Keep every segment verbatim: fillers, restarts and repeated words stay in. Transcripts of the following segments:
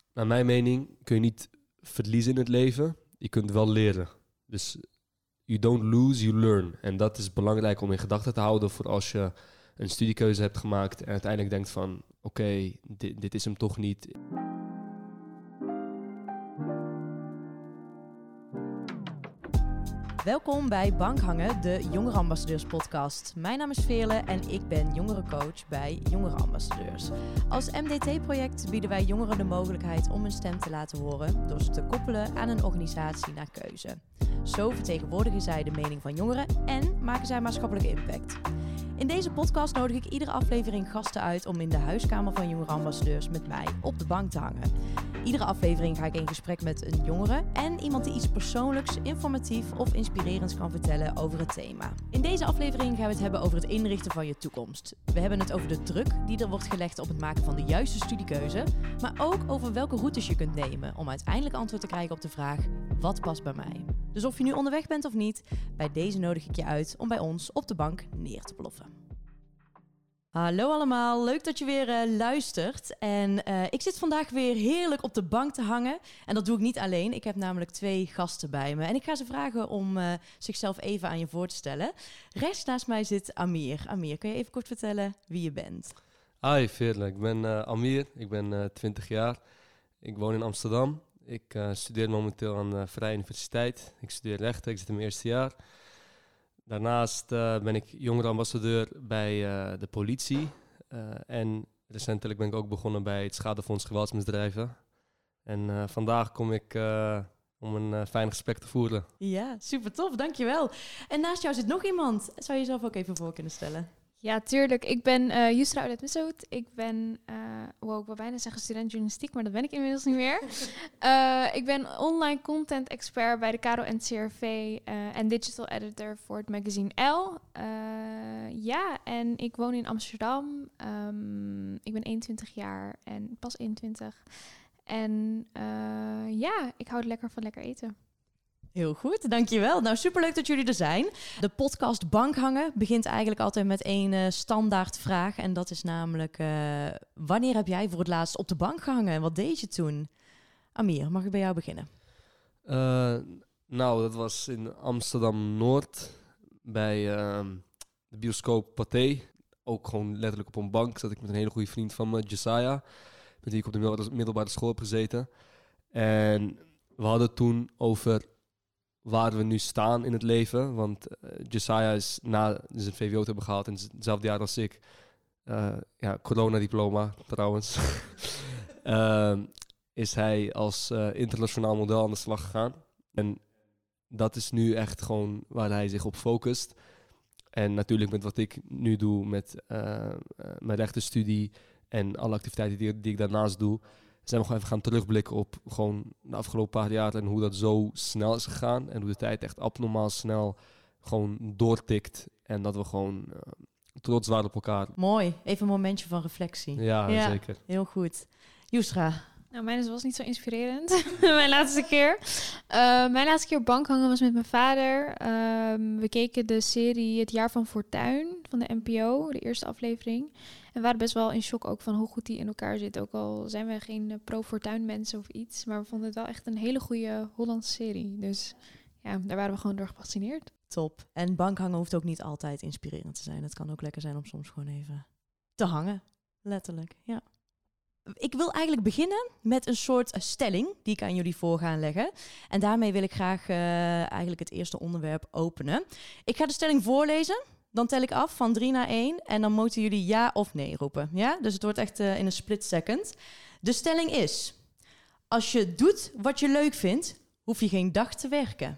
naar mijn mening kun je niet verliezen in het leven. Je kunt wel leren. Dus you don't lose, you learn. En dat is belangrijk om in gedachten te houden voor als je een studiekeuze hebt gemaakt en uiteindelijk denkt van oké, okay, dit, dit is hem toch niet. Welkom bij Bankhangen, de Jongerenambassadeurs podcast. Mijn naam is Veerle en ik ben jongerencoach bij Jongerenambassadeurs. Als M D T-project bieden wij jongeren de mogelijkheid om hun stem te laten horen door ze te koppelen aan een organisatie naar keuze. Zo vertegenwoordigen zij de mening van jongeren en maken zij maatschappelijke impact. In deze podcast nodig ik iedere aflevering gasten uit om in de huiskamer van jongerenambassadeurs met mij op de bank te hangen. Iedere aflevering ga ik in gesprek met een jongere en iemand die iets persoonlijks, informatief of inspirerends kan vertellen over het thema. In deze aflevering gaan we het hebben over het inrichten van je toekomst. We hebben het over de druk die er wordt gelegd op het maken van de juiste studiekeuze, maar ook over welke routes je kunt nemen om uiteindelijk antwoord te krijgen op de vraag: wat past bij mij? Dus of je nu onderweg bent of niet, bij deze nodig ik je uit om bij ons op de bank neer te ploffen. Hallo allemaal, leuk dat je weer uh, luistert. En uh, ik zit vandaag weer heerlijk op de bank te hangen. En dat doe ik niet alleen, ik heb namelijk twee gasten bij me. En ik ga ze vragen om uh, zichzelf even aan je voor te stellen. Rechts naast mij zit Amir. Amir, kun je even kort vertellen wie je bent? Hi Veerle, ik ben uh, Amir, ik ben uh, twintig jaar. Ik woon in Amsterdam. Ik uh, studeer momenteel aan de Vrije Universiteit. Ik studeer rechten, ik zit in mijn eerste jaar. Daarnaast uh, ben ik jongerenambassadeur bij uh, de politie. Uh, en recentelijk ben ik ook begonnen bij het Schadefonds Geweldsmisdrijven. En uh, vandaag kom ik uh, om een uh, fijn gesprek te voeren. Ja, super tof, dankjewel. En naast jou zit nog iemand. Zou je jezelf ook even voor kunnen stellen? Ja, tuurlijk. Ik ben uh, Yusra Oudet Messoud. Ik ben, uh, wow, ik wil bijna zeggen student journalistiek, maar dat ben ik inmiddels niet meer. uh, ik ben online content expert bij de K R O N C R V uh, en digital editor voor het magazine Elle. Uh, ja, en ik woon in Amsterdam. Um, ik ben eenentwintig jaar en pas eenentwintig. En uh, ja, ik hou lekker van lekker eten. Heel goed, dankjewel. Nou, superleuk dat jullie er zijn. De podcast Bankhangen begint eigenlijk altijd met één uh, standaard vraag. En dat is namelijk, uh, wanneer heb jij voor het laatst op de bank gehangen? En wat deed je toen? Amir, mag ik bij jou beginnen? Uh, nou, dat was in Amsterdam-Noord bij uh, de bioscoop Pathé. Ook gewoon letterlijk op een bank zat ik met een hele goede vriend van me, Josiah, met wie ik op de middelbare school heb gezeten. En we hadden het toen over waar we nu staan in het leven. Want uh, Josiah is na zijn V W O te hebben gehaald in hetzelfde jaar als ik. Uh, ja, coronadiploma trouwens. uh, is hij als uh, internationaal model aan de slag gegaan. En dat is nu echt gewoon waar hij zich op focust. En natuurlijk met wat ik nu doe met uh, uh, mijn rechtenstudie en alle activiteiten die, die ik daarnaast doe, zijn we gewoon even gaan terugblikken op gewoon de afgelopen paar jaar en hoe dat zo snel is gegaan. En hoe de tijd echt abnormaal snel gewoon doortikt. En dat we gewoon uh, trots waren op elkaar. Mooi. Even een momentje van reflectie. Ja, ja, zeker. Heel goed. Yusra. Nou, mijn was niet zo inspirerend. mijn laatste keer. Uh, mijn laatste keer bankhangen was met mijn vader. Uh, we keken de serie Het Jaar van Fortuin van de N P O, de eerste aflevering. En we waren best wel in shock ook van hoe goed die in elkaar zit. Ook al zijn we geen uh, pro-Fortuin mensen of iets. Maar we vonden het wel echt een hele goede Hollandse serie. Dus ja, daar waren we gewoon door gefascineerd. Top. En bankhangen hoeft ook niet altijd inspirerend te zijn. Het kan ook lekker zijn om soms gewoon even te hangen. Letterlijk, ja. Ik wil eigenlijk beginnen met een soort stelling die ik aan jullie voor ga leggen. En daarmee wil ik graag uh, eigenlijk het eerste onderwerp openen. Ik ga de stelling voorlezen. Dan tel ik af van drie naar één. En dan moeten jullie ja of nee roepen. Ja? Dus het wordt echt uh, in een split second. De stelling is: als je doet wat je leuk vindt, hoef je geen dag te werken.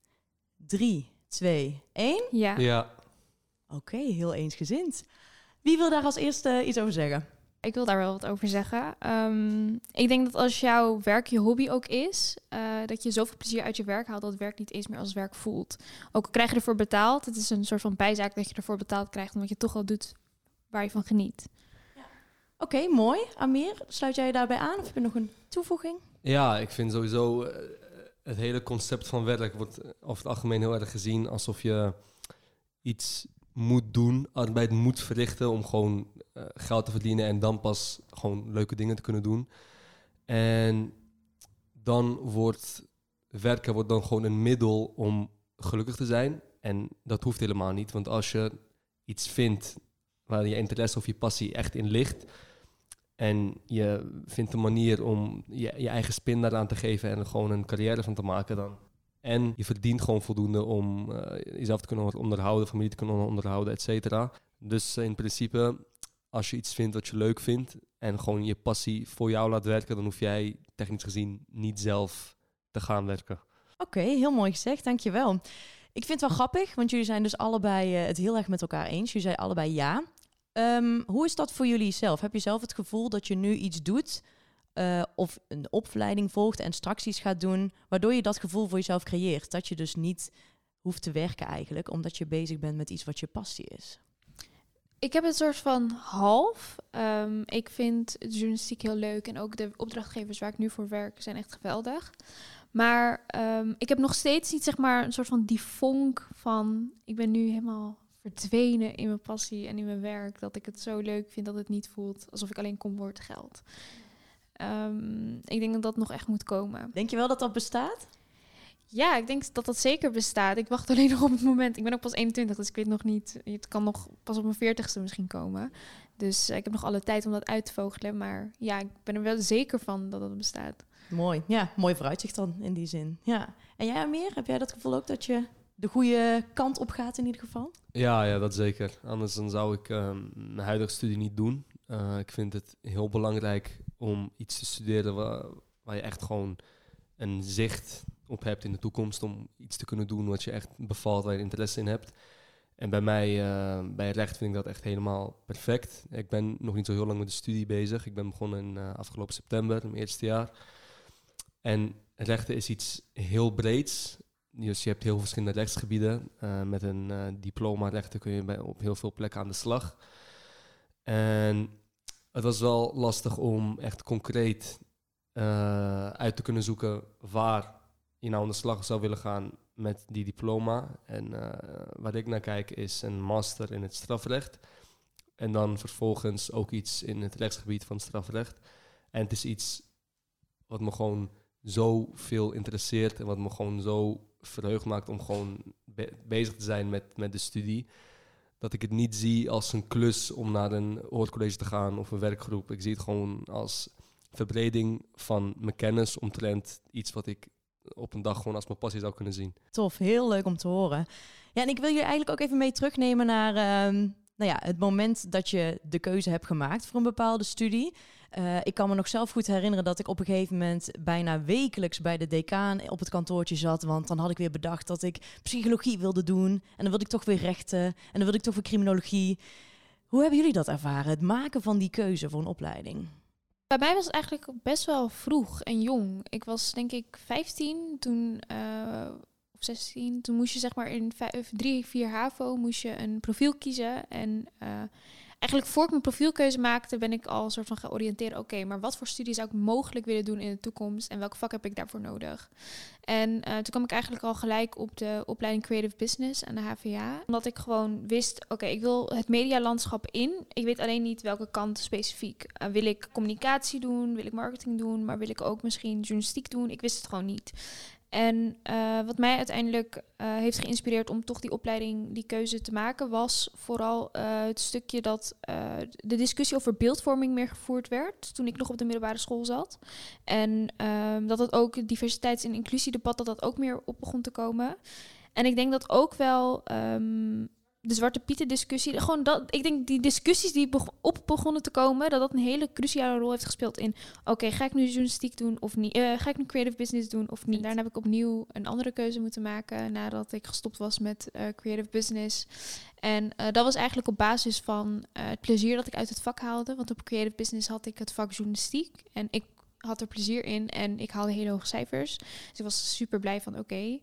Drie, twee, één. Ja. Ja. Oké, okay, heel eensgezind. Wie wil daar als eerste iets over zeggen? Ik wil daar wel wat over zeggen. Um, ik denk dat als jouw werk je hobby ook is, uh, dat je zoveel plezier uit je werk haalt dat het werk niet eens meer als werk voelt. Ook al krijg je ervoor betaald. Het is een soort van bijzaak dat je ervoor betaald krijgt, omdat je toch wel doet waar je van geniet. Ja. Oké, okay, mooi. Amir, sluit jij je daarbij aan? Of heb je nog een toevoeging? Ja, ik vind sowieso uh, het hele concept van werk wordt over het algemeen heel erg gezien alsof je iets moet doen, arbeid moet verrichten om gewoon uh, geld te verdienen en dan pas gewoon leuke dingen te kunnen doen. En dan wordt werken wordt dan gewoon een middel om gelukkig te zijn. En dat hoeft helemaal niet. Want als je iets vindt waar je interesse of je passie echt in ligt, en je vindt een manier om je, je eigen spin daaraan te geven en er gewoon een carrière van te maken, dan. En je verdient gewoon voldoende om uh, jezelf te kunnen onderhouden, familie te kunnen onderhouden, et cetera. Dus uh, in principe, als je iets vindt wat je leuk vindt en gewoon je passie voor jou laat werken, dan hoef jij technisch gezien niet zelf te gaan werken. Oké, okay, heel mooi gezegd, dankjewel. Ik vind het wel grappig, want jullie zijn dus allebei uh, het heel erg met elkaar eens. Jullie zeiden allebei ja. Um, hoe is dat voor jullie zelf? Heb je zelf het gevoel dat je nu iets doet uh, of een opleiding volgt en straks iets gaat doen, waardoor je dat gevoel voor jezelf creëert? Dat je dus niet hoeft te werken eigenlijk, omdat je bezig bent met iets wat je passie is. Ik heb het soort van half. Um, ik vind de journalistiek heel leuk en ook de opdrachtgevers waar ik nu voor werk zijn echt geweldig. Maar um, ik heb nog steeds niet zeg maar een soort van die vonk van ik ben nu helemaal verdwenen in mijn passie en in mijn werk, dat ik het zo leuk vind dat het niet voelt alsof ik alleen kom voor het geld. Um, ik denk dat dat nog echt moet komen. Denk je wel dat dat bestaat? Ja, ik denk dat dat zeker bestaat. Ik wacht alleen nog op het moment. Ik ben ook pas eenentwintig, dus ik weet nog niet. Het kan nog pas op mijn veertigste misschien komen. Dus uh, ik heb nog alle tijd om dat uit te vogelen. Maar ja, ik ben er wel zeker van dat het bestaat. Mooi. Ja, mooi vooruitzicht dan in die zin. Ja. En jij, Amir, heb jij dat gevoel ook dat je de goede kant op gaat in ieder geval? Ja, ja, dat zeker. Anders dan zou ik um, mijn huidige studie niet doen. Uh, ik vind het heel belangrijk om iets te studeren waar, waar je echt gewoon een zicht op hebt in de toekomst, om iets te kunnen doen wat je echt bevalt, waar je interesse in hebt. En bij mij, uh, bij recht vind ik dat echt helemaal perfect. Ik ben nog niet zo heel lang met de studie bezig. Ik ben begonnen in uh, afgelopen september, mijn eerste jaar. En rechten is iets heel breeds. Dus je hebt heel veel verschillende rechtsgebieden. Uh, met een uh, diploma rechten kun je bij, op heel veel plekken aan de slag. En het was wel lastig om echt concreet uh, uit te kunnen zoeken waar je nou aan de slag zou willen gaan met die diploma. En uh, waar ik naar kijk is een master in het strafrecht. En dan vervolgens ook iets in het rechtsgebied van strafrecht. En het is iets wat me gewoon zo veel interesseert en wat me gewoon zo verheugd maakt om gewoon be- bezig te zijn met, met de studie. Dat ik het niet zie als een klus om naar een hoorcollege te gaan of een werkgroep. Ik zie het gewoon als verbreding van mijn kennis omtrent iets wat ik op een dag gewoon als mijn passie zou kunnen zien. Tof, heel leuk om te horen. Ja, en ik wil je eigenlijk ook even mee terugnemen naar um, nou ja, het moment dat je de keuze hebt gemaakt voor een bepaalde studie. Uh, ik kan me nog zelf goed herinneren dat ik op een gegeven moment bijna wekelijks bij de decaan op het kantoortje zat. Want dan had ik weer bedacht dat ik psychologie wilde doen. En dan wilde ik toch weer rechten. En dan wilde ik toch weer criminologie. Hoe hebben jullie dat ervaren? Het maken van die keuze voor een opleiding? Bij mij was het eigenlijk best wel vroeg en jong. Ik was denk ik vijftien toen, uh, of zestien. Toen moest je zeg maar in vijf, drie, vier HAVO moest je een profiel kiezen. En uh, eigenlijk voor ik mijn profielkeuze maakte, ben ik al een soort van georiënteerd. Oké, okay, maar wat voor studie zou ik mogelijk willen doen in de toekomst? En welk vak heb ik daarvoor nodig? En uh, toen kwam ik eigenlijk al gelijk op de opleiding Creative Business aan de H V A. Omdat ik gewoon wist, oké, okay, ik wil het medialandschap in. Ik weet alleen niet welke kant specifiek. Uh, wil ik communicatie doen? Wil ik marketing doen? Maar wil ik ook misschien journalistiek doen? Ik wist het gewoon niet. En uh, wat mij uiteindelijk uh, heeft geïnspireerd om toch die opleiding, die keuze te maken, was vooral uh, het stukje dat uh, de discussie over beeldvorming meer gevoerd werd toen ik nog op de middelbare school zat. En uh, dat het ook het diversiteits- en inclusiedebat, dat dat ook meer op begon te komen. En ik denk dat ook wel um, de Zwarte Pieten discussie, gewoon dat, ik denk die discussies die beg- op begonnen te komen, dat dat een hele cruciale rol heeft gespeeld in, oké, okay, ga ik nu journalistiek doen of niet? Uh, ga ik nu creative business doen of niet? En daarna heb ik opnieuw een andere keuze moeten maken nadat ik gestopt was met uh, creative business. En uh, dat was eigenlijk op basis van uh, het plezier dat ik uit het vak haalde, want op creative business had ik het vak journalistiek en ik had er plezier in en ik haalde hele hoge cijfers. Dus ik was super blij van oké. Okay.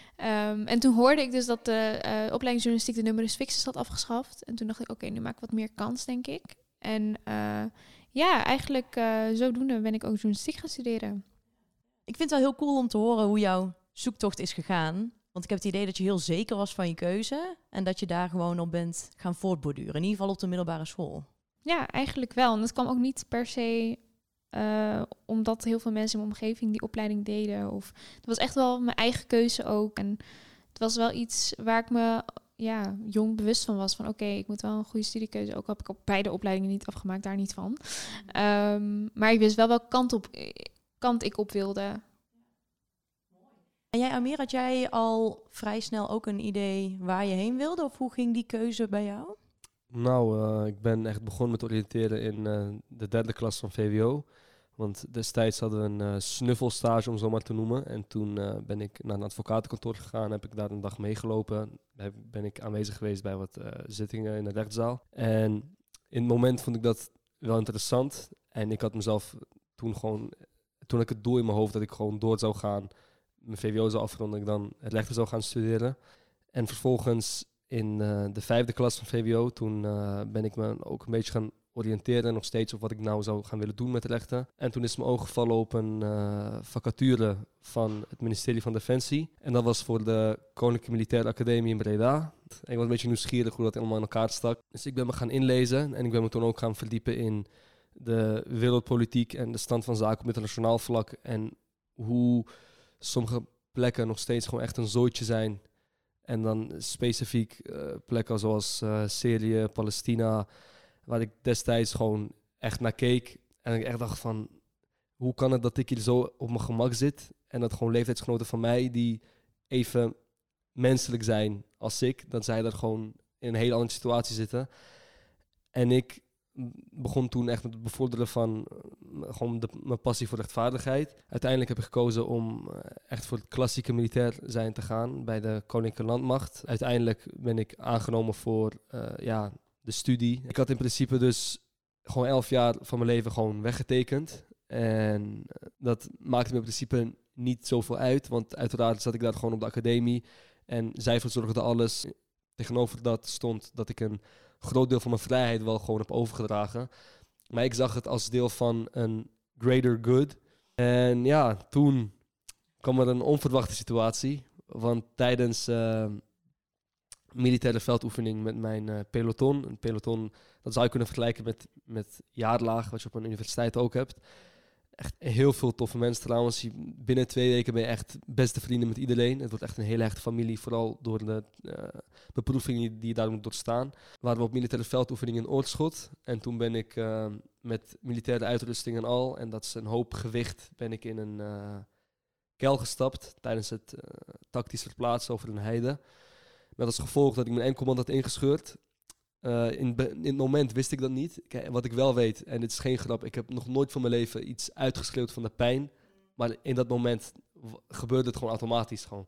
Um, en toen hoorde ik dus dat de uh, opleiding journalistiek de numerus fixus had afgeschaft. En toen dacht ik, oké, okay, nu maak ik wat meer kans, denk ik. En uh, ja, eigenlijk uh, zodoende ben ik ook journalistiek gaan studeren. Ik vind het wel heel cool om te horen hoe jouw zoektocht is gegaan. Want ik heb het idee dat je heel zeker was van je keuze. En dat je daar gewoon op bent gaan voortborduren. In ieder geval op de middelbare school. Ja, eigenlijk wel. En dat kwam ook niet per se Uh, omdat heel veel mensen in mijn omgeving die opleiding deden. Of, het was echt wel mijn eigen keuze ook. En het was wel iets waar ik me ja, jong bewust van was. Van oké, okay, ik moet wel een goede studiekeuze. Ook al heb ik op beide opleidingen niet afgemaakt, daar niet van. Um, maar ik wist wel welke kant, op, kant ik op wilde. En jij, Amir, had jij al vrij snel ook een idee waar je heen wilde? Of hoe ging die keuze bij jou? Nou, uh, ik ben echt begonnen met oriënteren in uh, de derde klas van V W O. Want destijds hadden we een uh, snuffelstage, om zo maar te noemen. En toen uh, ben ik naar een advocatenkantoor gegaan, heb ik daar een dag meegelopen. Heb, ben ik aanwezig geweest bij wat uh, zittingen in de rechtszaal. En in het moment vond ik dat wel interessant. En ik had mezelf toen gewoon, toen ik het doel in mijn hoofd dat ik gewoon door zou gaan, mijn V W O zou afronden, dat ik dan het rechten zou gaan studeren. En vervolgens in uh, de vijfde klas van V W O, toen uh, ben ik me ook een beetje gaan oriënteren nog steeds op wat ik nou zou gaan willen doen met rechten. En toen is mijn oog gevallen op een uh, vacature van het ministerie van Defensie. En dat was voor de Koninklijke Militaire Academie in Breda. En ik was een beetje nieuwsgierig hoe dat allemaal in elkaar stak. Dus ik ben me gaan inlezen en ik ben me toen ook gaan verdiepen in de wereldpolitiek en de stand van zaken op internationaal vlak. En hoe sommige plekken nog steeds gewoon echt een zooitje zijn. En dan specifiek uh, plekken zoals uh, Syrië, Palestina, waar ik destijds gewoon echt naar keek. En ik echt dacht van, hoe kan het dat ik hier zo op mijn gemak zit? En dat gewoon leeftijdsgenoten van mij die even menselijk zijn als ik, dat zij daar gewoon in een hele andere situatie zitten. En ik begon toen echt met het bevorderen van uh, gewoon de, mijn passie voor rechtvaardigheid. Uiteindelijk heb ik gekozen om uh, echt voor het klassieke militair zijn te gaan bij de Koninklijke Landmacht. Uiteindelijk ben ik aangenomen voor uh, ja, de studie. Ik had in principe dus gewoon elf jaar van mijn leven gewoon weggetekend. En uh, dat maakte me in principe niet zoveel uit, want uiteraard zat ik daar gewoon op de academie en zij verzorgde alles. Tegenover dat stond dat ik een groot deel van mijn vrijheid wel gewoon heb overgedragen. Maar ik zag het als deel van een greater good. En ja, toen kwam er een onverwachte situatie. Want tijdens uh, militaire veldoefening met mijn uh, peloton. Een peloton, dat zou je kunnen vergelijken met, met jaarlaag, wat je op een universiteit ook hebt. Echt heel veel toffe mensen trouwens. Binnen twee weken ben je echt beste vrienden met iedereen. Het wordt echt een hele hechte familie, vooral door de uh, beproevingen die je daar moet doorstaan. We waren op militaire veldoefening in Oorschot. En toen ben ik uh, met militaire uitrusting en al, en dat is een hoop gewicht, ben ik in een uh, kuil gestapt tijdens het uh, tactisch verplaatsen over een heide. Met als gevolg dat ik mijn enkelband had ingescheurd. Uh, in, be- in het moment wist ik dat niet. Kijk, wat ik wel weet, en dit is geen grap, ik heb nog nooit van mijn leven iets uitgeschreeuwd van de pijn. Maar in dat moment w- gebeurde het gewoon automatisch. Gewoon.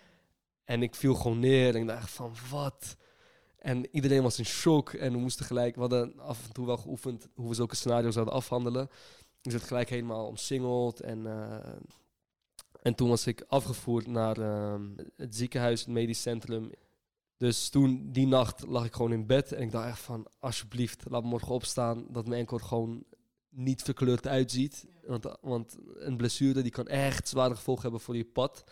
En ik viel gewoon neer en ik dacht van, wat? En iedereen was in shock en we moesten gelijk, we hadden af en toe wel geoefend hoe we zulke scenario's zouden afhandelen. Ik werd gelijk helemaal omsingeld en, uh, en toen was ik afgevoerd naar uh, het ziekenhuis, het medisch centrum. Dus toen, die nacht, lag ik gewoon in bed en ik dacht echt van, alsjeblieft, laat me morgen opstaan, dat mijn enkel gewoon niet verkleurd uitziet. Want, want een blessure die kan echt zware gevolgen hebben voor je pad.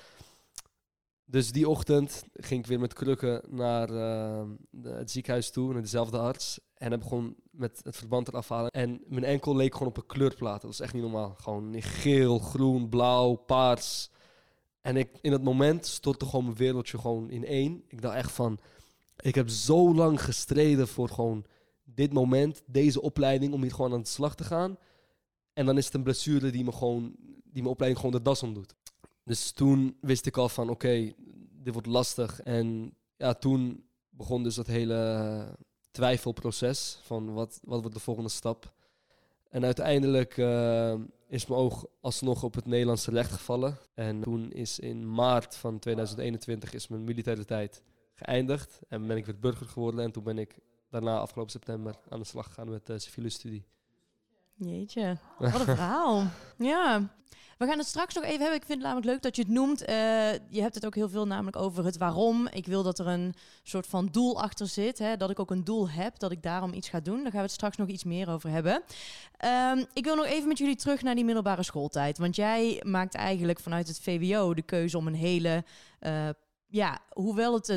Dus die ochtend ging ik weer met krukken naar uh, de, het ziekenhuis toe, naar dezelfde arts. En heb gewoon met het verband eraf halen. En mijn enkel leek gewoon op een kleurplaat. Dat was echt niet normaal. Gewoon geel, groen, blauw, paars. En ik, in dat moment stortte gewoon mijn wereldje gewoon in één. Ik dacht echt van, ik heb zo lang gestreden voor gewoon dit moment, deze opleiding, om hier gewoon aan de slag te gaan. En dan is het een blessure die me gewoon, die mijn opleiding gewoon de das omdoet. Dus toen wist ik al van, oké, okay, dit wordt lastig. En ja, toen begon dus dat hele twijfelproces van wat, wat wordt de volgende stap. En uiteindelijk uh, is mijn oog alsnog op het Nederlandse recht gevallen. En toen is in maart van tweeduizend eenentwintig is mijn militaire tijd geëindigd. En ben ik weer burger geworden. En toen ben ik daarna afgelopen september aan de slag gegaan met de uh, civiele studie. Jeetje, wat een verhaal. Ja. We gaan het straks nog even hebben. Ik vind het namelijk leuk dat je het noemt. Uh, je hebt het ook heel veel namelijk over het waarom. Ik wil dat er een soort van doel achter zit. Hè? Dat ik ook een doel heb, dat ik daarom iets ga doen. Daar gaan we het straks nog iets meer over hebben. Um, ik wil nog even met jullie terug naar die middelbare schooltijd. Want jij maakt eigenlijk vanuit het V W O de keuze om een hele... Uh, ja, hoewel het een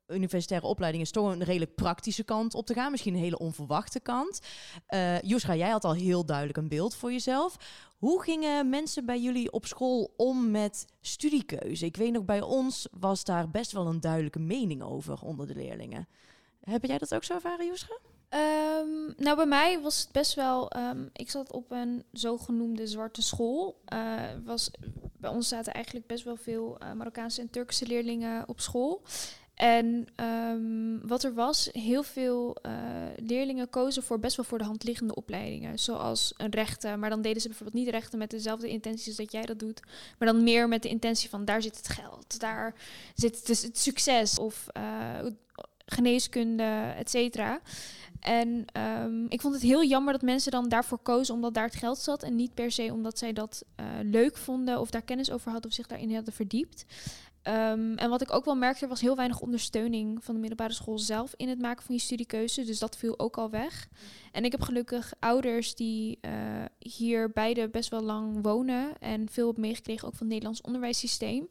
universitaire opleiding is toch een redelijk praktische kant op te gaan. Misschien een hele onverwachte kant. Uh, Yusra, jij had al heel duidelijk een beeld voor jezelf. Hoe gingen mensen bij jullie op school om met studiekeuze? Ik weet nog, bij ons was daar best wel een duidelijke mening over onder de leerlingen. Heb jij dat ook zo ervaren, Yusra? Um, nou, bij mij was het best wel... Um, ik zat op een zogenoemde zwarte school. Uh, was, bij ons zaten eigenlijk best wel veel uh, Marokkaanse en Turkse leerlingen op school. En um, wat er was, heel veel uh, leerlingen kozen voor best wel voor de hand liggende opleidingen. Zoals een rechten, maar dan deden ze bijvoorbeeld niet rechten met dezelfde intenties dat jij dat doet. Maar dan meer met de intentie van daar zit het geld, daar zit het, het succes of uh, geneeskunde, et cetera. En um, ik vond het heel jammer dat mensen dan daarvoor kozen omdat daar het geld zat. En niet per se omdat zij dat uh, leuk vonden of daar kennis over hadden of zich daarin hadden verdiept. Um, en wat ik ook wel merkte, er was heel weinig ondersteuning van de middelbare school zelf in het maken van je studiekeuze. Dus dat viel ook al weg. En ik heb gelukkig ouders die uh, hier beide best wel lang wonen en veel heb meegekregen ook van het Nederlands onderwijssysteem.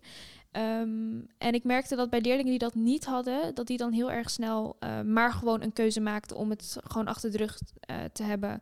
Um, en ik merkte dat bij leerlingen die dat niet hadden, dat die dan heel erg snel uh, maar gewoon een keuze maakten om het gewoon achter de rug uh, te hebben.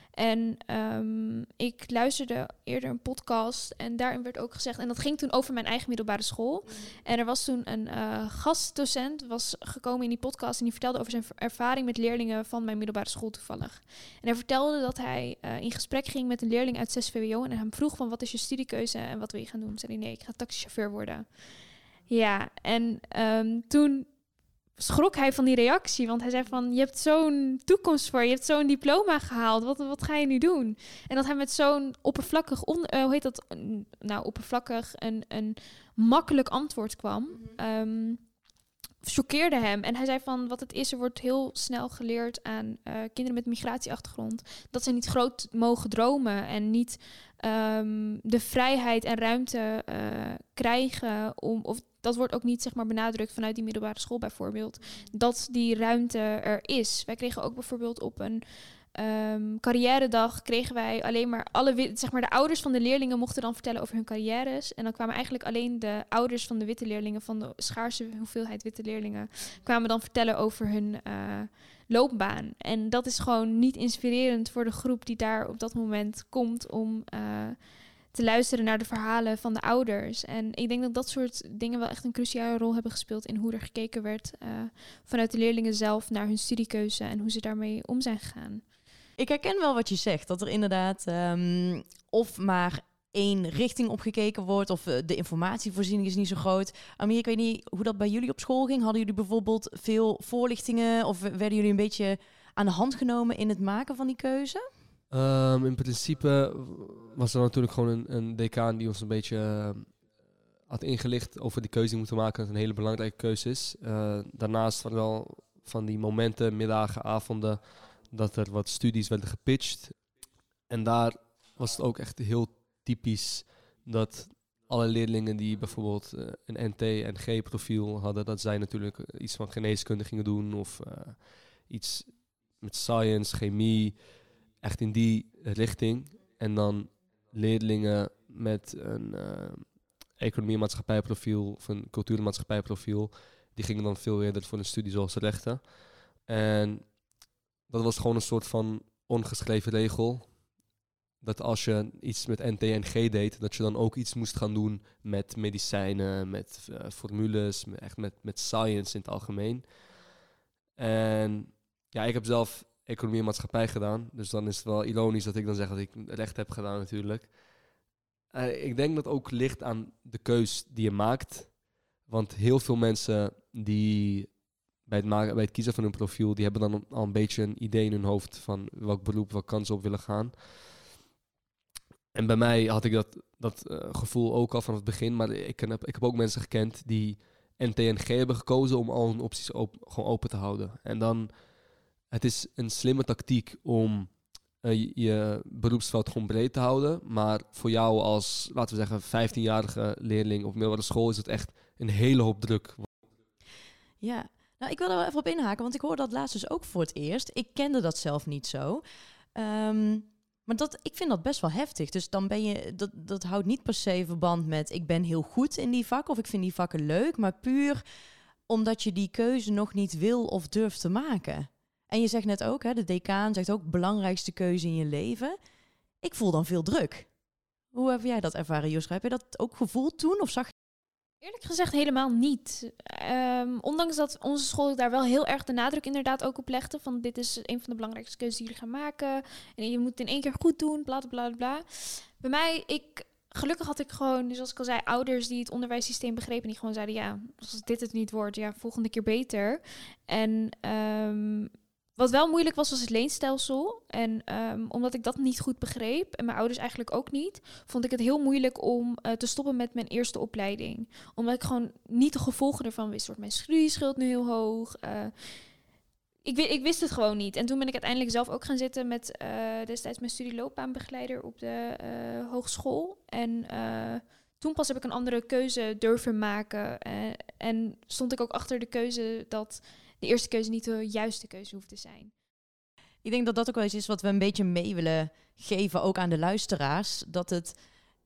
En um, ik luisterde eerder een podcast en daarin werd ook gezegd... en dat ging toen over mijn eigen middelbare school. Mm. En er was toen een uh, gastdocent was gekomen in die podcast... en die vertelde over zijn ervaring met leerlingen van mijn middelbare school toevallig. En hij vertelde dat hij uh, in gesprek ging met een leerling uit zes V W O... en hem vroeg van wat is je studiekeuze en wat wil je gaan doen? Zei hij nee, ik ga taxichauffeur worden. Ja, en um, toen... schrok hij van die reactie, want hij zei van je hebt zo'n toekomst voor, je hebt zo'n diploma gehaald, wat, wat ga je nu doen? En dat hij met zo'n oppervlakkig, on, uh, hoe heet dat, nou oppervlakkig, een, een makkelijk antwoord kwam, um, choqueerde hem. En hij zei van wat het is, er wordt heel snel geleerd aan uh, kinderen met migratieachtergrond, dat ze niet groot mogen dromen en niet um, de vrijheid en ruimte uh, krijgen om, of dat wordt ook niet zeg maar benadrukt vanuit die middelbare school bijvoorbeeld, dat die ruimte er is. Wij kregen ook bijvoorbeeld op een um, carrièredag kregen wij alleen maar alle zeg maar de ouders van de leerlingen mochten dan vertellen over hun carrières en dan kwamen eigenlijk alleen de ouders van de witte leerlingen, van de schaarse hoeveelheid witte leerlingen, kwamen dan vertellen over hun uh, loopbaan. En dat is gewoon niet inspirerend voor de groep die daar op dat moment komt om uh, te luisteren naar de verhalen van de ouders. En ik denk dat dat soort dingen wel echt een cruciale rol hebben gespeeld in hoe er gekeken werd uh, vanuit de leerlingen zelf naar hun studiekeuze en hoe ze daarmee om zijn gegaan. Ik herken wel wat je zegt, dat er inderdaad um, of maar één richting op gekeken wordt of uh, de informatievoorziening is niet zo groot. Amir, ik weet niet hoe dat bij jullie op school ging. Hadden jullie bijvoorbeeld veel voorlichtingen of werden jullie een beetje aan de hand genomen in het maken van die keuze? Um, in principe was er natuurlijk gewoon een, een decaan die ons een beetje uh, had ingelicht over die keuze die we moeten maken. Dat het een hele belangrijke keuze is. Uh, daarnaast waren er wel van die momenten, middagen, avonden, dat er wat studies werden gepitcht. En daar was het ook echt heel typisch dat alle leerlingen die bijvoorbeeld uh, een N T en G-profiel hadden, dat zij natuurlijk iets van geneeskunde gingen doen of uh, iets met science, chemie, echt in die richting. En dan leerlingen met een uh, economie- en maatschappijprofiel of een cultuur- en maatschappijprofiel, die gingen dan veel eerder voor een studie zoals rechten. En dat was gewoon een soort van ongeschreven regel. Dat als je iets met N T en G deed, dat je dan ook iets moest gaan doen met medicijnen, met uh, formules, met, echt met, met science in het algemeen. En ja, ik heb zelf economie en maatschappij gedaan. Dus dan is het wel ironisch dat ik dan zeg dat ik recht heb gedaan natuurlijk. Uh, ik denk dat het ook ligt aan de keus die je maakt. Want heel veel mensen die bij het, maken, bij het kiezen van hun profiel, die hebben dan al een beetje een idee in hun hoofd van welk beroep, welke kans op willen gaan. En bij mij had ik dat, dat uh, gevoel ook al van het begin. Maar ik heb, ik heb ook mensen gekend die N T en G hebben gekozen om al hun opties op, gewoon open te houden. En dan, het is een slimme tactiek om uh, je, je beroepsveld gewoon breed te houden. Maar voor jou als, laten we zeggen, vijftienjarige leerling op middelbare school is het echt een hele hoop druk. Ja, nou ik wil er wel even op inhaken, want ik hoorde dat laatst dus ook voor het eerst. Ik kende dat zelf niet zo. Um, maar dat, ik vind dat best wel heftig. Dus dan ben je, dat, dat houdt niet per se verband met ik ben heel goed in die vakken of ik vind die vakken leuk, maar puur omdat je die keuze nog niet wil of durft te maken. En je zegt net ook, hè, de decaan zegt ook belangrijkste keuze in je leven. Ik voel dan veel druk. Hoe heb jij dat ervaren, Yusra? Heb je dat ook gevoeld toen of zag je? Eerlijk gezegd helemaal niet. Um, ondanks dat onze school daar wel heel erg de nadruk inderdaad ook op legde. Van dit is een van de belangrijkste keuzes die jullie gaan maken. En je moet het in één keer goed doen, bla bla bla. Bij mij, ik, gelukkig had ik gewoon, zoals ik al zei, ouders die het onderwijssysteem begrepen. En die gewoon zeiden, ja, als dit het niet wordt, ja, volgende keer beter. En um, wat wel moeilijk was, was het leenstelsel. En um, omdat ik dat niet goed begreep, en mijn ouders eigenlijk ook niet, vond ik het heel moeilijk om uh, te stoppen met mijn eerste opleiding. Omdat ik gewoon niet de gevolgen ervan wist. Wordt mijn studieschuld nu heel hoog? Uh, ik, ik wist het gewoon niet. En toen ben ik uiteindelijk zelf ook gaan zitten met uh, destijds mijn studieloopbaanbegeleider op de uh, hogeschool. En uh, toen pas heb ik een andere keuze durven maken. Uh, en stond ik ook achter de keuze dat de eerste keuze niet de juiste keuze hoeft te zijn. Ik denk dat dat ook wel eens is wat we een beetje mee willen geven, ook aan de luisteraars. Dat het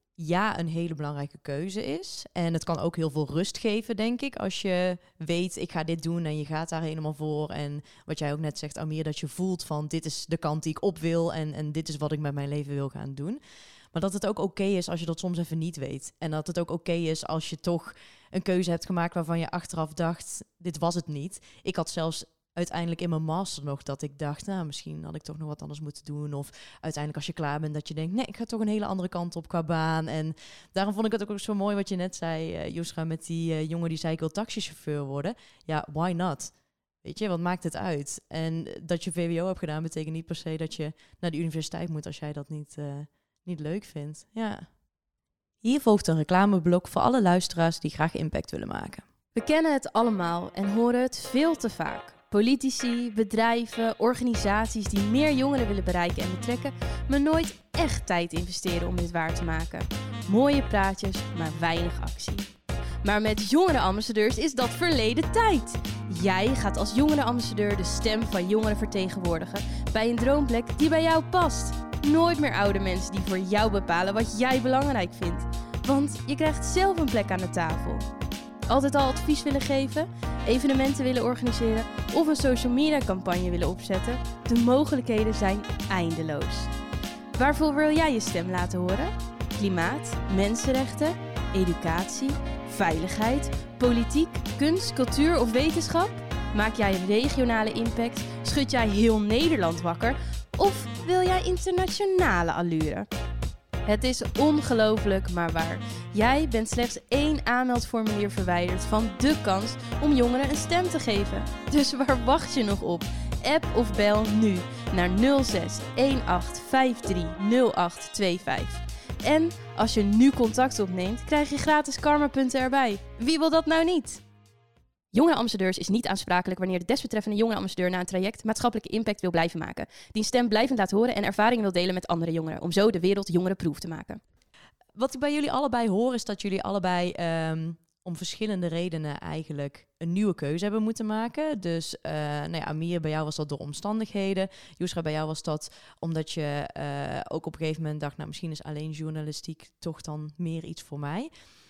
ja een hele belangrijke keuze is. En het kan ook heel veel rust geven, denk ik. Als je weet, ik ga dit doen en je gaat daar helemaal voor. En wat jij ook net zegt, Amir, dat je voelt van dit is de kant die ik op wil. En, en dit is wat ik met mijn leven wil gaan doen. Maar dat het ook oké is als je dat soms even niet weet. En dat het ook oké is als je toch een keuze hebt gemaakt waarvan je achteraf dacht, dit was het niet. Ik had zelfs uiteindelijk in mijn master nog dat ik dacht, nou, misschien had ik toch nog wat anders moeten doen. Of uiteindelijk als je klaar bent dat je denkt, nee, ik ga toch een hele andere kant op qua baan. En daarom vond ik het ook zo mooi wat je net zei, uh, Yusra, met die uh, jongen die zei, ik wil taxichauffeur worden. Ja, why not? Weet je, wat maakt het uit? En dat je V W O hebt gedaan betekent niet per se dat je naar de universiteit moet als jij dat niet, uh, niet leuk vindt. Ja. Hier volgt een reclameblok voor alle luisteraars die graag impact willen maken. We kennen het allemaal en horen het veel te vaak. Politici, bedrijven, organisaties die meer jongeren willen bereiken en betrekken, maar nooit echt tijd investeren om dit waar te maken. Mooie praatjes, maar weinig actie. Maar met jongerenambassadeurs is dat verleden tijd. Jij gaat als jongerenambassadeur de stem van jongeren vertegenwoordigen bij een droomplek die bij jou past. Nooit meer oude mensen die voor jou bepalen wat jij belangrijk vindt. Want je krijgt zelf een plek aan de tafel. Altijd al advies willen geven, evenementen willen organiseren of een social media campagne willen opzetten? De mogelijkheden zijn eindeloos. Waarvoor wil jij je stem laten horen? Klimaat, mensenrechten, educatie, veiligheid, politiek, kunst, cultuur of wetenschap? Maak jij een regionale impact? Schud jij heel Nederland wakker? Of wil jij internationale allure? Het is ongelooflijk, maar waar. Jij bent slechts één aanmeldformulier verwijderd van de kans om jongeren een stem te geven. Dus waar wacht je nog op? App of bel nu naar nul zes een acht vijf drie nul acht twee vijf. En als je nu contact opneemt, krijg je gratis karmapunten erbij. Wie wil dat nou niet? Jongerenambassadeurs is niet aansprakelijk wanneer de desbetreffende jongerenambassadeur na een traject maatschappelijke impact wil blijven maken. Die een stem blijvend laat horen en ervaringen wil delen met andere jongeren, om zo de wereld jongerenproof te maken. Wat ik bij jullie allebei hoor is dat jullie allebei um, om verschillende redenen eigenlijk een nieuwe keuze hebben moeten maken. Dus uh, nou ja, Amir, bij jou was dat door omstandigheden. Yusra, bij jou was dat omdat je uh, ook op een gegeven moment dacht, nou misschien is alleen journalistiek toch dan meer iets voor mij.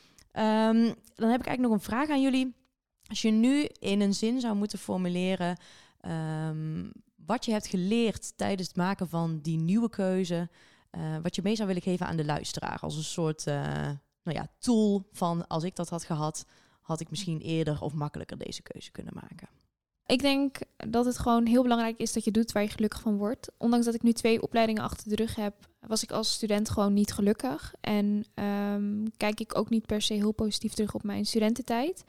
Um, dan heb ik eigenlijk nog een vraag aan jullie. Als je nu in een zin zou moeten formuleren um, wat je hebt geleerd tijdens het maken van die nieuwe keuze, uh, wat je mee zou willen geven aan de luisteraar als een soort uh, nou ja, tool van als ik dat had gehad, had ik misschien eerder of makkelijker deze keuze kunnen maken. Ik denk dat het gewoon heel belangrijk is dat je doet waar je gelukkig van wordt. Ondanks dat ik nu twee opleidingen achter de rug heb, was ik als student gewoon niet gelukkig. En um, kijk ik ook niet per se heel positief terug op mijn studententijd.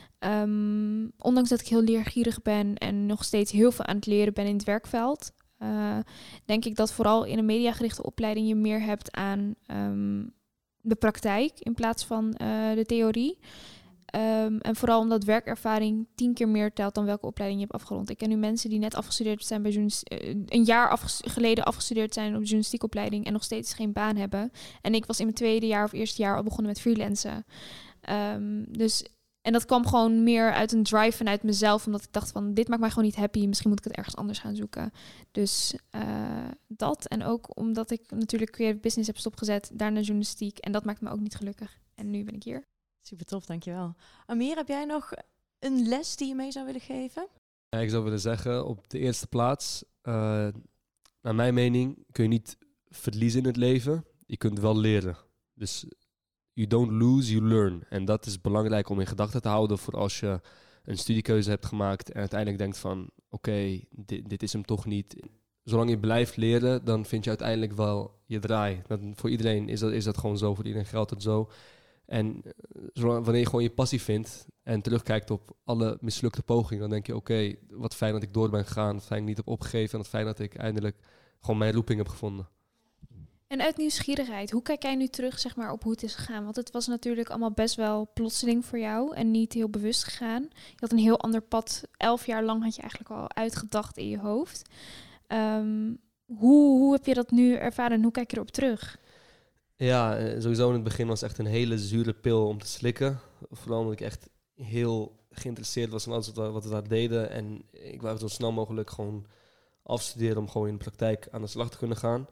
Um, ondanks dat ik heel leergierig ben en nog steeds heel veel aan het leren ben in het werkveld, uh, denk ik dat vooral in een mediagerichte opleiding je meer hebt aan um, de praktijk in plaats van uh, de theorie. Um, en vooral omdat werkervaring tien keer meer telt dan welke opleiding je hebt afgerond. Ik ken nu mensen die net afgestudeerd zijn bij journalist- uh, een jaar afges- geleden afgestudeerd zijn op de journalistiekopleiding en nog steeds geen baan hebben. En ik was in mijn tweede jaar of eerste jaar al begonnen met freelancen. Um, dus En dat kwam gewoon meer uit een drive vanuit mezelf. Omdat ik dacht van, dit maakt mij gewoon niet happy. Misschien moet ik het ergens anders gaan zoeken. Dus uh, dat. En ook omdat ik natuurlijk creative business heb stopgezet. Daarna journalistiek. En dat maakt me ook niet gelukkig. En nu ben ik hier. Super tof, dankjewel. Amir, heb jij nog een les die je mee zou willen geven? Ja, ik zou willen zeggen, op de eerste plaats, uh, naar mijn mening, kun je niet verliezen in het leven. Je kunt wel leren. Dus you don't lose, you learn. En dat is belangrijk om in gedachten te houden voor als je een studiekeuze hebt gemaakt en uiteindelijk denkt van, oké, okay, dit, dit is hem toch niet. Zolang je blijft leren, dan vind je uiteindelijk wel je draai. Dat, voor iedereen is dat, is dat gewoon zo, voor iedereen geldt het zo. En zolang, wanneer je gewoon je passie vindt en terugkijkt op alle mislukte pogingen, dan denk je, oké, okay, wat fijn dat ik door ben gegaan, wat fijn dat ik niet heb opgegeven en wat fijn dat ik eindelijk gewoon mijn roeping heb gevonden. En uit nieuwsgierigheid, hoe kijk jij nu terug, zeg maar, op hoe het is gegaan? Want het was natuurlijk allemaal best wel plotseling voor jou en niet heel bewust gegaan. Je had een heel ander pad, elf jaar lang had je eigenlijk al uitgedacht in je hoofd. Um, hoe, hoe heb je dat nu ervaren en hoe kijk je erop terug? Ja, sowieso in het begin was het echt een hele zure pil om te slikken. Vooral omdat ik echt heel geïnteresseerd was in alles wat we daar deden. En ik wou zo snel mogelijk gewoon afstuderen om gewoon in de praktijk aan de slag te kunnen gaan.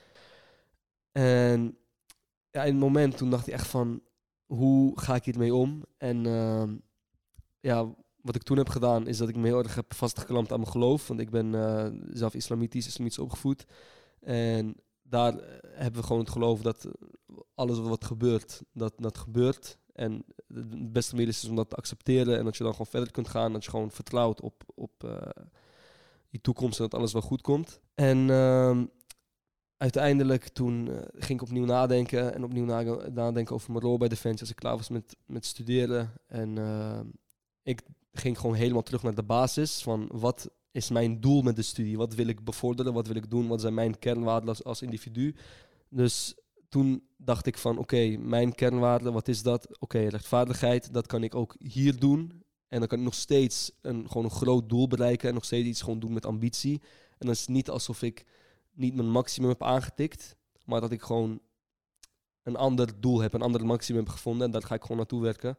En ja, in het moment toen dacht ik echt van, hoe ga ik hiermee om? En uh, ja, wat ik toen heb gedaan is dat ik me heel erg heb vastgeklampt aan mijn geloof. Want ik ben uh, zelf islamitisch, islamitisch opgevoed. En daar hebben we gewoon het geloof dat alles wat gebeurt, dat dat gebeurt. En de beste manier is om dat te accepteren en dat je dan gewoon verder kunt gaan. Dat je gewoon vertrouwt op, op uh, die toekomst en dat alles wel goed komt. En uh, uiteindelijk toen uh, ging ik opnieuw nadenken en opnieuw na- nadenken over mijn rol bij Defensie als ik klaar was met, met studeren. En uh, ik ging gewoon helemaal terug naar de basis van wat is mijn doel met de studie? Wat wil ik bevorderen? Wat wil ik doen? Wat zijn mijn kernwaarden als, als individu? Dus toen dacht ik van, oké, okay, mijn kernwaarden, wat is dat? Oké, okay, rechtvaardigheid, dat kan ik ook hier doen. En dan kan ik nog steeds een, gewoon een groot doel bereiken en nog steeds iets gewoon doen met ambitie. En dan is het niet alsof ik niet mijn maximum heb aangetikt, maar dat ik gewoon een ander doel heb, een ander maximum heb gevonden en daar ga ik gewoon naartoe werken.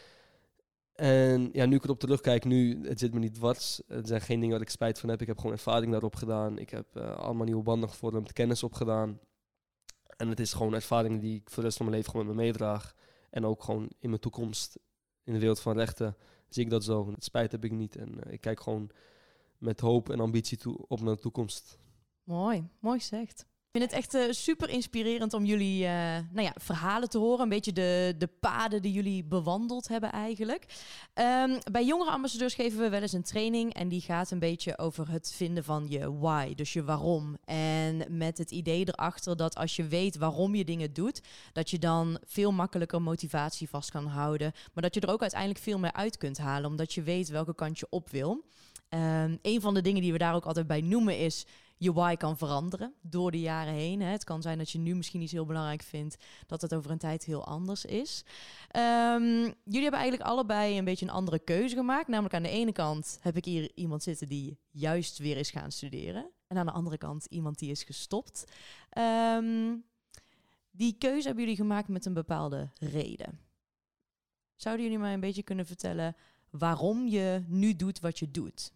En ja, nu ik erop terugkijk, nu, het zit me niet dwars. Het zijn geen dingen waar ik spijt van heb. Ik heb gewoon ervaring daarop gedaan. Ik heb uh, allemaal nieuwe banden gevormd, kennis opgedaan. En het is gewoon ervaring die ik voor de rest van mijn leven gewoon met me meedraag. En ook gewoon in mijn toekomst, in de wereld van rechten, zie ik dat zo. Het spijt heb ik niet. En uh, ik kijk gewoon met hoop en ambitie toe, op naar de toekomst. Mooi, mooi gezegd. Ik vind het echt uh, super inspirerend om jullie uh, nou ja, verhalen te horen. Een beetje de, de paden die jullie bewandeld hebben eigenlijk. Um, bij jongerenambassadeurs geven we wel eens een training. En die gaat een beetje over het vinden van je why. Dus je waarom. En met het idee erachter dat als je weet waarom je dingen doet, dat je dan veel makkelijker motivatie vast kan houden. Maar dat je er ook uiteindelijk veel meer uit kunt halen. Omdat je weet welke kant je op wil. Um, een van de dingen die we daar ook altijd bij noemen is, je why kan veranderen door de jaren heen. Hè. Het kan zijn dat je nu misschien iets heel belangrijk vindt, dat het over een tijd heel anders is. Um, jullie hebben eigenlijk allebei een beetje een andere keuze gemaakt. Namelijk aan de ene kant heb ik hier iemand zitten die juist weer is gaan studeren. En aan de andere kant iemand die is gestopt. Um, die keuze hebben jullie gemaakt met een bepaalde reden. Zouden jullie mij een beetje kunnen vertellen waarom je nu doet wat je doet?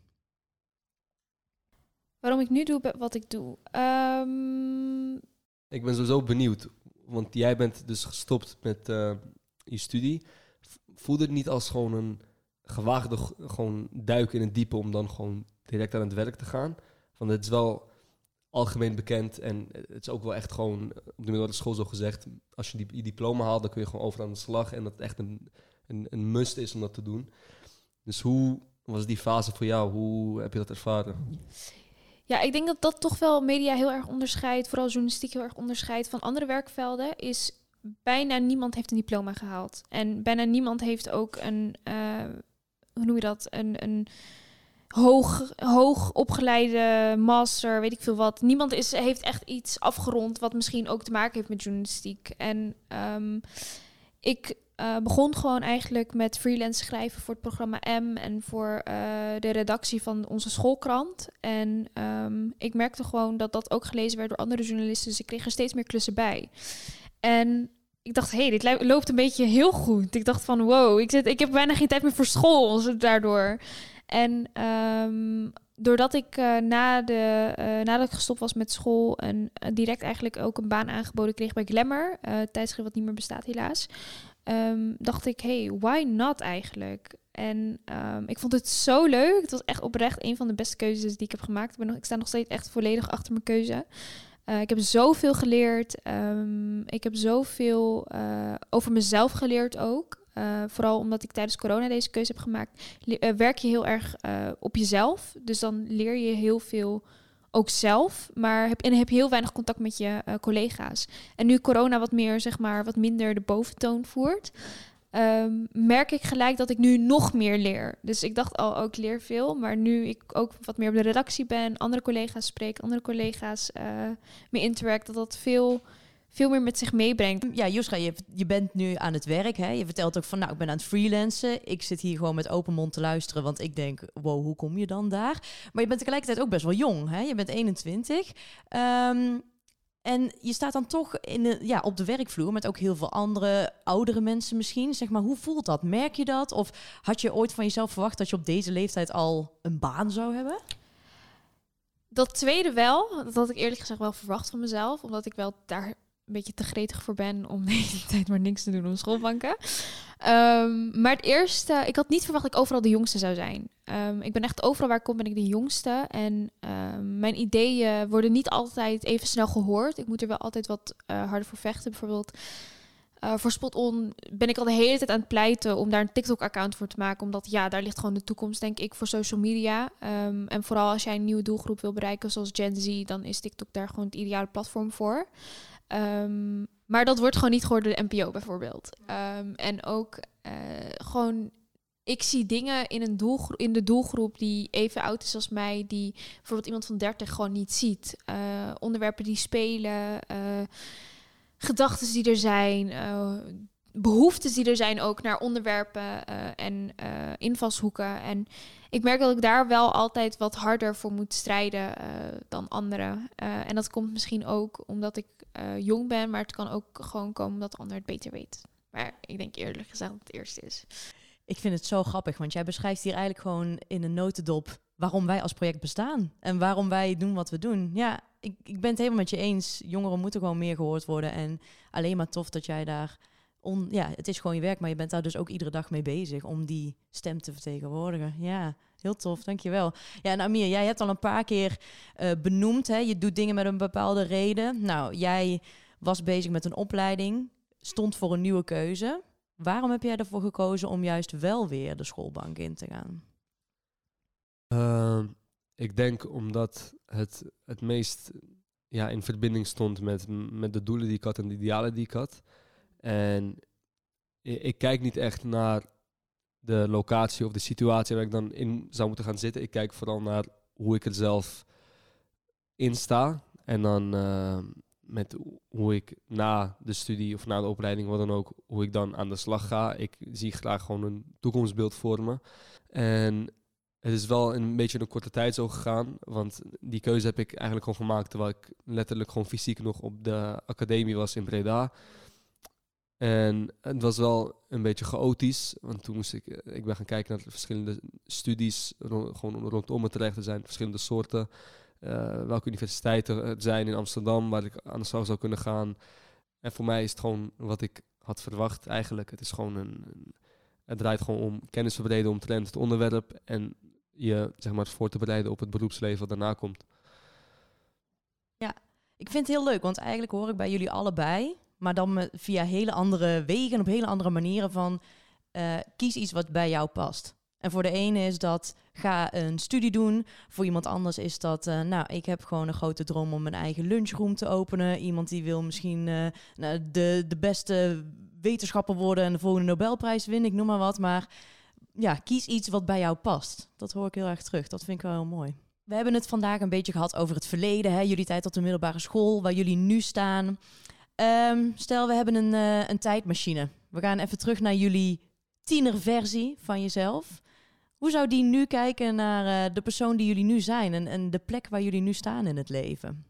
Waarom ik nu doe wat ik doe? Um... Ik ben sowieso benieuwd, want jij bent dus gestopt met uh, je studie. Voelde het niet als gewoon een gewaagde g- gewoon duik in het diepe om dan gewoon direct aan het werk te gaan? Want het is wel algemeen bekend en het is ook wel echt gewoon op de middelbare school zo gezegd. Als je die, die diploma haalt, dan kun je gewoon overal aan de slag en dat het echt een, een, een must is om dat te doen. Dus hoe was die fase voor jou? Hoe heb je dat ervaren? Ja, ik denk dat dat toch wel media heel erg onderscheidt, vooral journalistiek heel erg onderscheidt van andere werkvelden, is bijna niemand heeft een diploma gehaald. En bijna niemand heeft ook een, uh, hoe noem je dat, een, een hoog, hoog opgeleide master, weet ik veel wat. Niemand is, heeft echt iets afgerond wat misschien ook te maken heeft met journalistiek. En um, ik uh, begon gewoon eigenlijk met freelance schrijven voor het programma M en voor uh, de redactie van onze schoolkrant. En um, ik merkte gewoon dat dat ook gelezen werd door andere journalisten. Dus ik kreeg er steeds meer klussen bij. En ik dacht, hé, hey, dit lo- loopt een beetje heel goed. Ik dacht van, wow, ik, zit, ik heb bijna geen tijd meer voor school daardoor. En um, doordat ik uh, na de, uh, nadat ik gestopt was met school en uh, direct eigenlijk ook een baan aangeboden kreeg bij Glamour, uh, tijdschrift wat niet meer bestaat helaas, um, dacht ik, hey, why not eigenlijk? En um, ik vond het zo leuk. Het was echt oprecht een van de beste keuzes die ik heb gemaakt. Ik, ben nog, ik sta nog steeds echt volledig achter mijn keuze. Uh, ik heb zoveel geleerd. Um, ik heb zoveel uh, over mezelf geleerd ook. Uh, vooral omdat ik tijdens corona deze keuze heb gemaakt. Le- uh, werk je heel erg uh, op jezelf. Dus dan leer je heel veel ook zelf. Maar heb, en heb je heel weinig contact met je uh, collega's. En nu corona wat meer, zeg maar, wat minder de boventoon voert, Um, merk ik gelijk dat ik nu nog meer leer. Dus ik dacht al, ook ik leer veel. Maar nu ik ook wat meer op de redactie ben, andere collega's spreek, andere collega's uh, mee interact, dat dat veel, veel meer met zich meebrengt. Ja, Yusra, je, je bent nu aan het werk. Hè? Je vertelt ook van, nou, ik ben aan het freelancen. Ik zit hier gewoon met open mond te luisteren, want ik denk, wow, hoe kom je dan daar? Maar je bent tegelijkertijd ook best wel jong. Hè? Je bent eenentwintig. Um, En je staat dan toch in de, ja, op de werkvloer met ook heel veel andere oudere mensen misschien. Zeg maar, hoe voelt dat? Merk je dat? Of had je ooit van jezelf verwacht dat je op deze leeftijd al een baan zou hebben? Dat tweede wel. Dat had ik eerlijk gezegd wel verwacht van mezelf. Omdat ik wel daar een beetje te gretig voor ben om de hele tijd maar niks te doen op schoolbanken. Um, maar het eerste, ik had niet verwacht dat ik overal de jongste zou zijn. Um, ik ben echt overal waar ik kom ben ik de jongste. En um, mijn ideeën worden niet altijd even snel gehoord. Ik moet er wel altijd wat uh, harder voor vechten. Bijvoorbeeld uh, voor Spot On ben ik al de hele tijd aan het pleiten om daar een TikTok-account voor te maken. Omdat ja, daar ligt gewoon de toekomst, denk ik, voor social media. Um, en vooral als jij een nieuwe doelgroep wil bereiken, zoals Gen Z, dan is TikTok daar gewoon het ideale platform voor. Um, maar dat wordt gewoon niet gehoord door de N P O bijvoorbeeld. Um, en ook uh, gewoon, ik zie dingen in, een doelgro- in de doelgroep die even oud is als mij, die bijvoorbeeld iemand van dertig gewoon niet ziet. Uh, onderwerpen die spelen, uh, gedachten die er zijn, uh, behoeftes die er zijn ook naar onderwerpen uh, en uh, invalshoeken. En ik merk dat ik daar wel altijd wat harder voor moet strijden uh, dan anderen. Uh, en dat komt misschien ook omdat ik uh, jong ben, maar het kan ook gewoon komen omdat de ander het beter weet. Maar ik denk eerlijk gezegd dat het eerste is. Ik vind het zo grappig, want jij beschrijft hier eigenlijk gewoon in een notendop waarom wij als project bestaan. En waarom wij doen wat we doen. Ja, ik, ik ben het helemaal met je eens. Jongeren moeten gewoon meer gehoord worden. En alleen maar tof dat jij daar... On, ja, het is gewoon je werk, maar je bent daar dus ook iedere dag mee bezig om die stem te vertegenwoordigen. Ja, heel tof, dankjewel. Ja, en Amir, jij hebt al een paar keer uh, benoemd, hè? Je doet dingen met een bepaalde reden. Nou, jij was bezig met een opleiding, stond voor een nieuwe keuze. Waarom heb jij ervoor gekozen om juist wel weer de schoolbank in te gaan? Uh, ik denk omdat het het meest ja, in verbinding stond met, met de doelen die ik had en de idealen die ik had. En ik, ik kijk niet echt naar de locatie of de situatie waar ik dan in zou moeten gaan zitten. Ik kijk vooral naar hoe ik er zelf in sta. En dan uh, met hoe ik na de studie of na de opleiding, wat dan ook, hoe ik dan aan de slag ga. Ik zie graag gewoon een toekomstbeeld voor me. En het is wel een beetje een korte tijd zo gegaan, want die keuze heb ik eigenlijk gewoon gemaakt terwijl ik letterlijk gewoon fysiek nog op de academie was in Breda. En het was wel een beetje chaotisch, want toen moest ik, ik ben gaan kijken naar de verschillende studies rond, gewoon rondom het terecht. Er zijn verschillende soorten, uh, welke universiteiten er zijn in Amsterdam waar ik aan de slag zou kunnen gaan. En voor mij is het gewoon wat ik had verwacht eigenlijk. Het is gewoon een, een het draait gewoon om kennis verbreden omtrent het onderwerp en je zeg maar voor te bereiden op het beroepsleven wat daarna komt. Ja, ik vind het heel leuk, want eigenlijk hoor ik bij jullie allebei, maar dan met, via hele andere wegen en op hele andere manieren van uh, kies iets wat bij jou past. En voor de ene is dat ga een studie doen. Voor iemand anders is dat, uh, nou, ik heb gewoon een grote droom om mijn eigen lunchroom te openen. Iemand die wil misschien uh, nou, de, de beste wetenschapper worden en de volgende Nobelprijs winnen, ik noem maar wat. Maar ja, kies iets wat bij jou past. Dat hoor ik heel erg terug. Dat vind ik wel heel mooi. We hebben het vandaag een beetje gehad over het verleden. Hè? Jullie tijd op de middelbare school, waar jullie nu staan. Um, stel, we hebben een, uh, een tijdmachine. We gaan even terug naar jullie tienerversie van jezelf. Hoe zou die nu kijken naar uh, de persoon die jullie nu zijn en, en de plek waar jullie nu staan in het leven?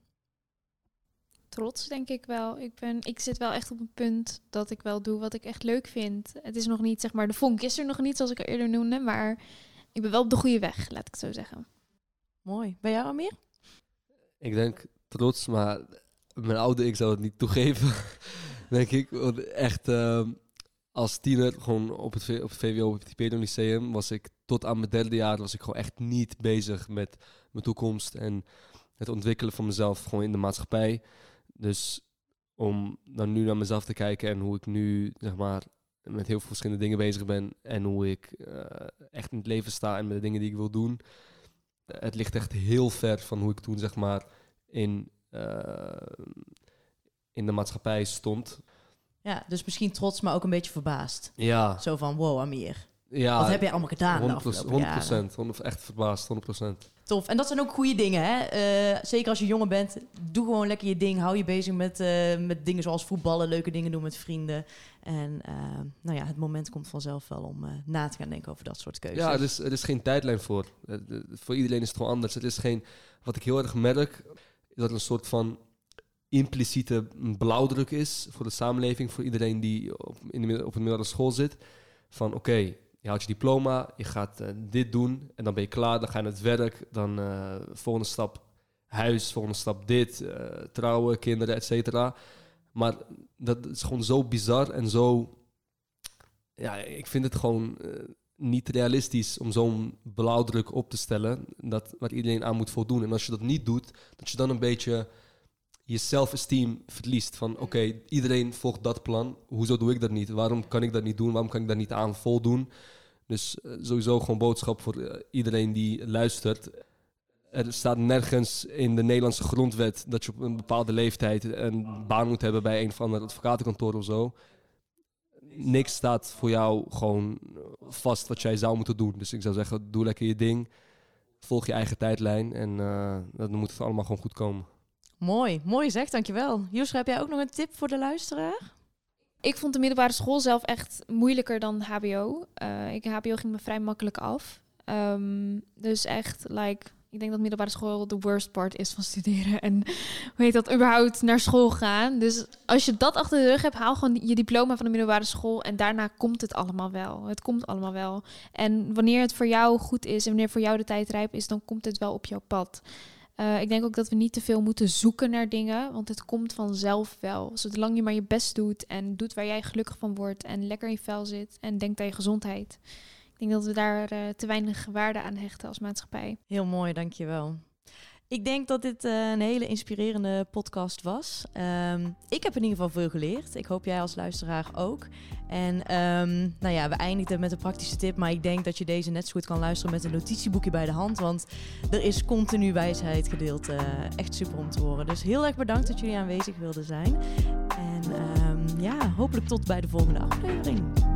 Trots, denk ik wel. Ik, ben, ik zit wel echt op een punt dat ik wel doe wat ik echt leuk vind. Het is nog niet, zeg maar, de vonk is er nog niet, zoals ik al eerder noemde, maar ik ben wel op de goede weg, laat ik het zo zeggen. Mooi. Bij jou, Amir? Ik denk trots, maar mijn oude ik zou het niet toegeven, denk ik. Want echt, uh, als tiener, gewoon op het, v- op het V W O, op het Pedo Lyceum, was ik tot aan mijn derde jaar, was ik gewoon echt niet bezig met mijn toekomst en het ontwikkelen van mezelf gewoon in de maatschappij. Dus om dan nu naar mezelf te kijken en hoe ik nu, zeg maar, met heel veel verschillende dingen bezig ben en hoe ik uh, echt in het leven sta en met de dingen die ik wil doen. Uh, het ligt echt heel ver van hoe ik toen, zeg maar, in, uh, in de maatschappij stond. Ja, dus misschien trots, maar ook een beetje verbaasd. Ja. Zo van, wow, Amir. Ja, wat heb jij allemaal gedaan de honderd afgelopen procent, jaren? honderd procent, echt verbaasd, honderd procent. Tof. En dat zijn ook goede dingen, hè? Uh, zeker als je jonger bent, doe gewoon lekker je ding. Hou je bezig met, uh, met dingen zoals voetballen, leuke dingen doen met vrienden. En uh, nou ja, het moment komt vanzelf wel om uh, na te gaan denken over dat soort keuzes. Ja, er is, er is geen tijdlijn voor. Uh, uh, voor iedereen is het gewoon anders. Het is geen, wat ik heel erg merk, is dat er een soort van impliciete blauwdruk is voor de samenleving, voor iedereen die op, in de, op een middelbare school zit. Van oké, okay, je haalt je diploma, je gaat uh, dit doen en dan ben je klaar, dan ga je naar het werk, dan uh, volgende stap huis, volgende stap dit, uh, trouwen, kinderen, et cetera. Maar dat is gewoon zo bizar en zo, ja, ik vind het gewoon uh, niet realistisch om zo'n blauwdruk op te stellen, dat, waar iedereen aan moet voldoen. En als je dat niet doet, dat je dan een beetje je self-esteem verliest. Van oké, okay, iedereen volgt dat plan. Hoezo doe ik dat niet? Waarom kan ik dat niet doen? Waarom kan ik daar niet aan voldoen? Dus uh, sowieso gewoon boodschap voor uh, iedereen die luistert. Er staat nergens in de Nederlandse grondwet dat je op een bepaalde leeftijd een baan moet hebben bij een of ander advocatenkantoor of zo. Niks staat voor jou gewoon vast wat jij zou moeten doen. Dus ik zou zeggen, doe lekker je ding. Volg je eigen tijdlijn en uh, dan moet het allemaal gewoon goed komen. Mooi, mooi zeg, dankjewel. Yusra, heb jij ook nog een tip voor de luisteraar? Ik vond de middelbare school zelf echt moeilijker dan H B O. Uh, ik, H B O ging me vrij makkelijk af. Um, dus echt, like, ik denk dat middelbare school de worst part is van studeren. En hoe heet dat, überhaupt naar school gaan. Dus als je dat achter de rug hebt, haal gewoon je diploma van de middelbare school. En daarna komt het allemaal wel. Het komt allemaal wel. En wanneer het voor jou goed is en wanneer voor jou de tijd rijp is, dan komt het wel op jouw pad. Uh, ik denk ook dat we niet te veel moeten zoeken naar dingen, want het komt vanzelf wel. Zolang je maar je best doet en doet waar jij gelukkig van wordt en lekker in je vel zit en denkt aan je gezondheid. Ik denk dat we daar uh, te weinig waarde aan hechten als maatschappij. Heel mooi, dankjewel. Ik denk dat dit uh, een hele inspirerende podcast was. Um, ik heb in ieder geval veel geleerd. Ik hoop jij als luisteraar ook. En um, nou ja, we eindigden met een praktische tip. Maar ik denk dat je deze net zo goed kan luisteren met een notitieboekje bij de hand. Want er is continu wijsheid gedeeld. Uh, echt super om te horen. Dus heel erg bedankt dat jullie aanwezig wilden zijn. En um, ja, hopelijk tot bij de volgende aflevering.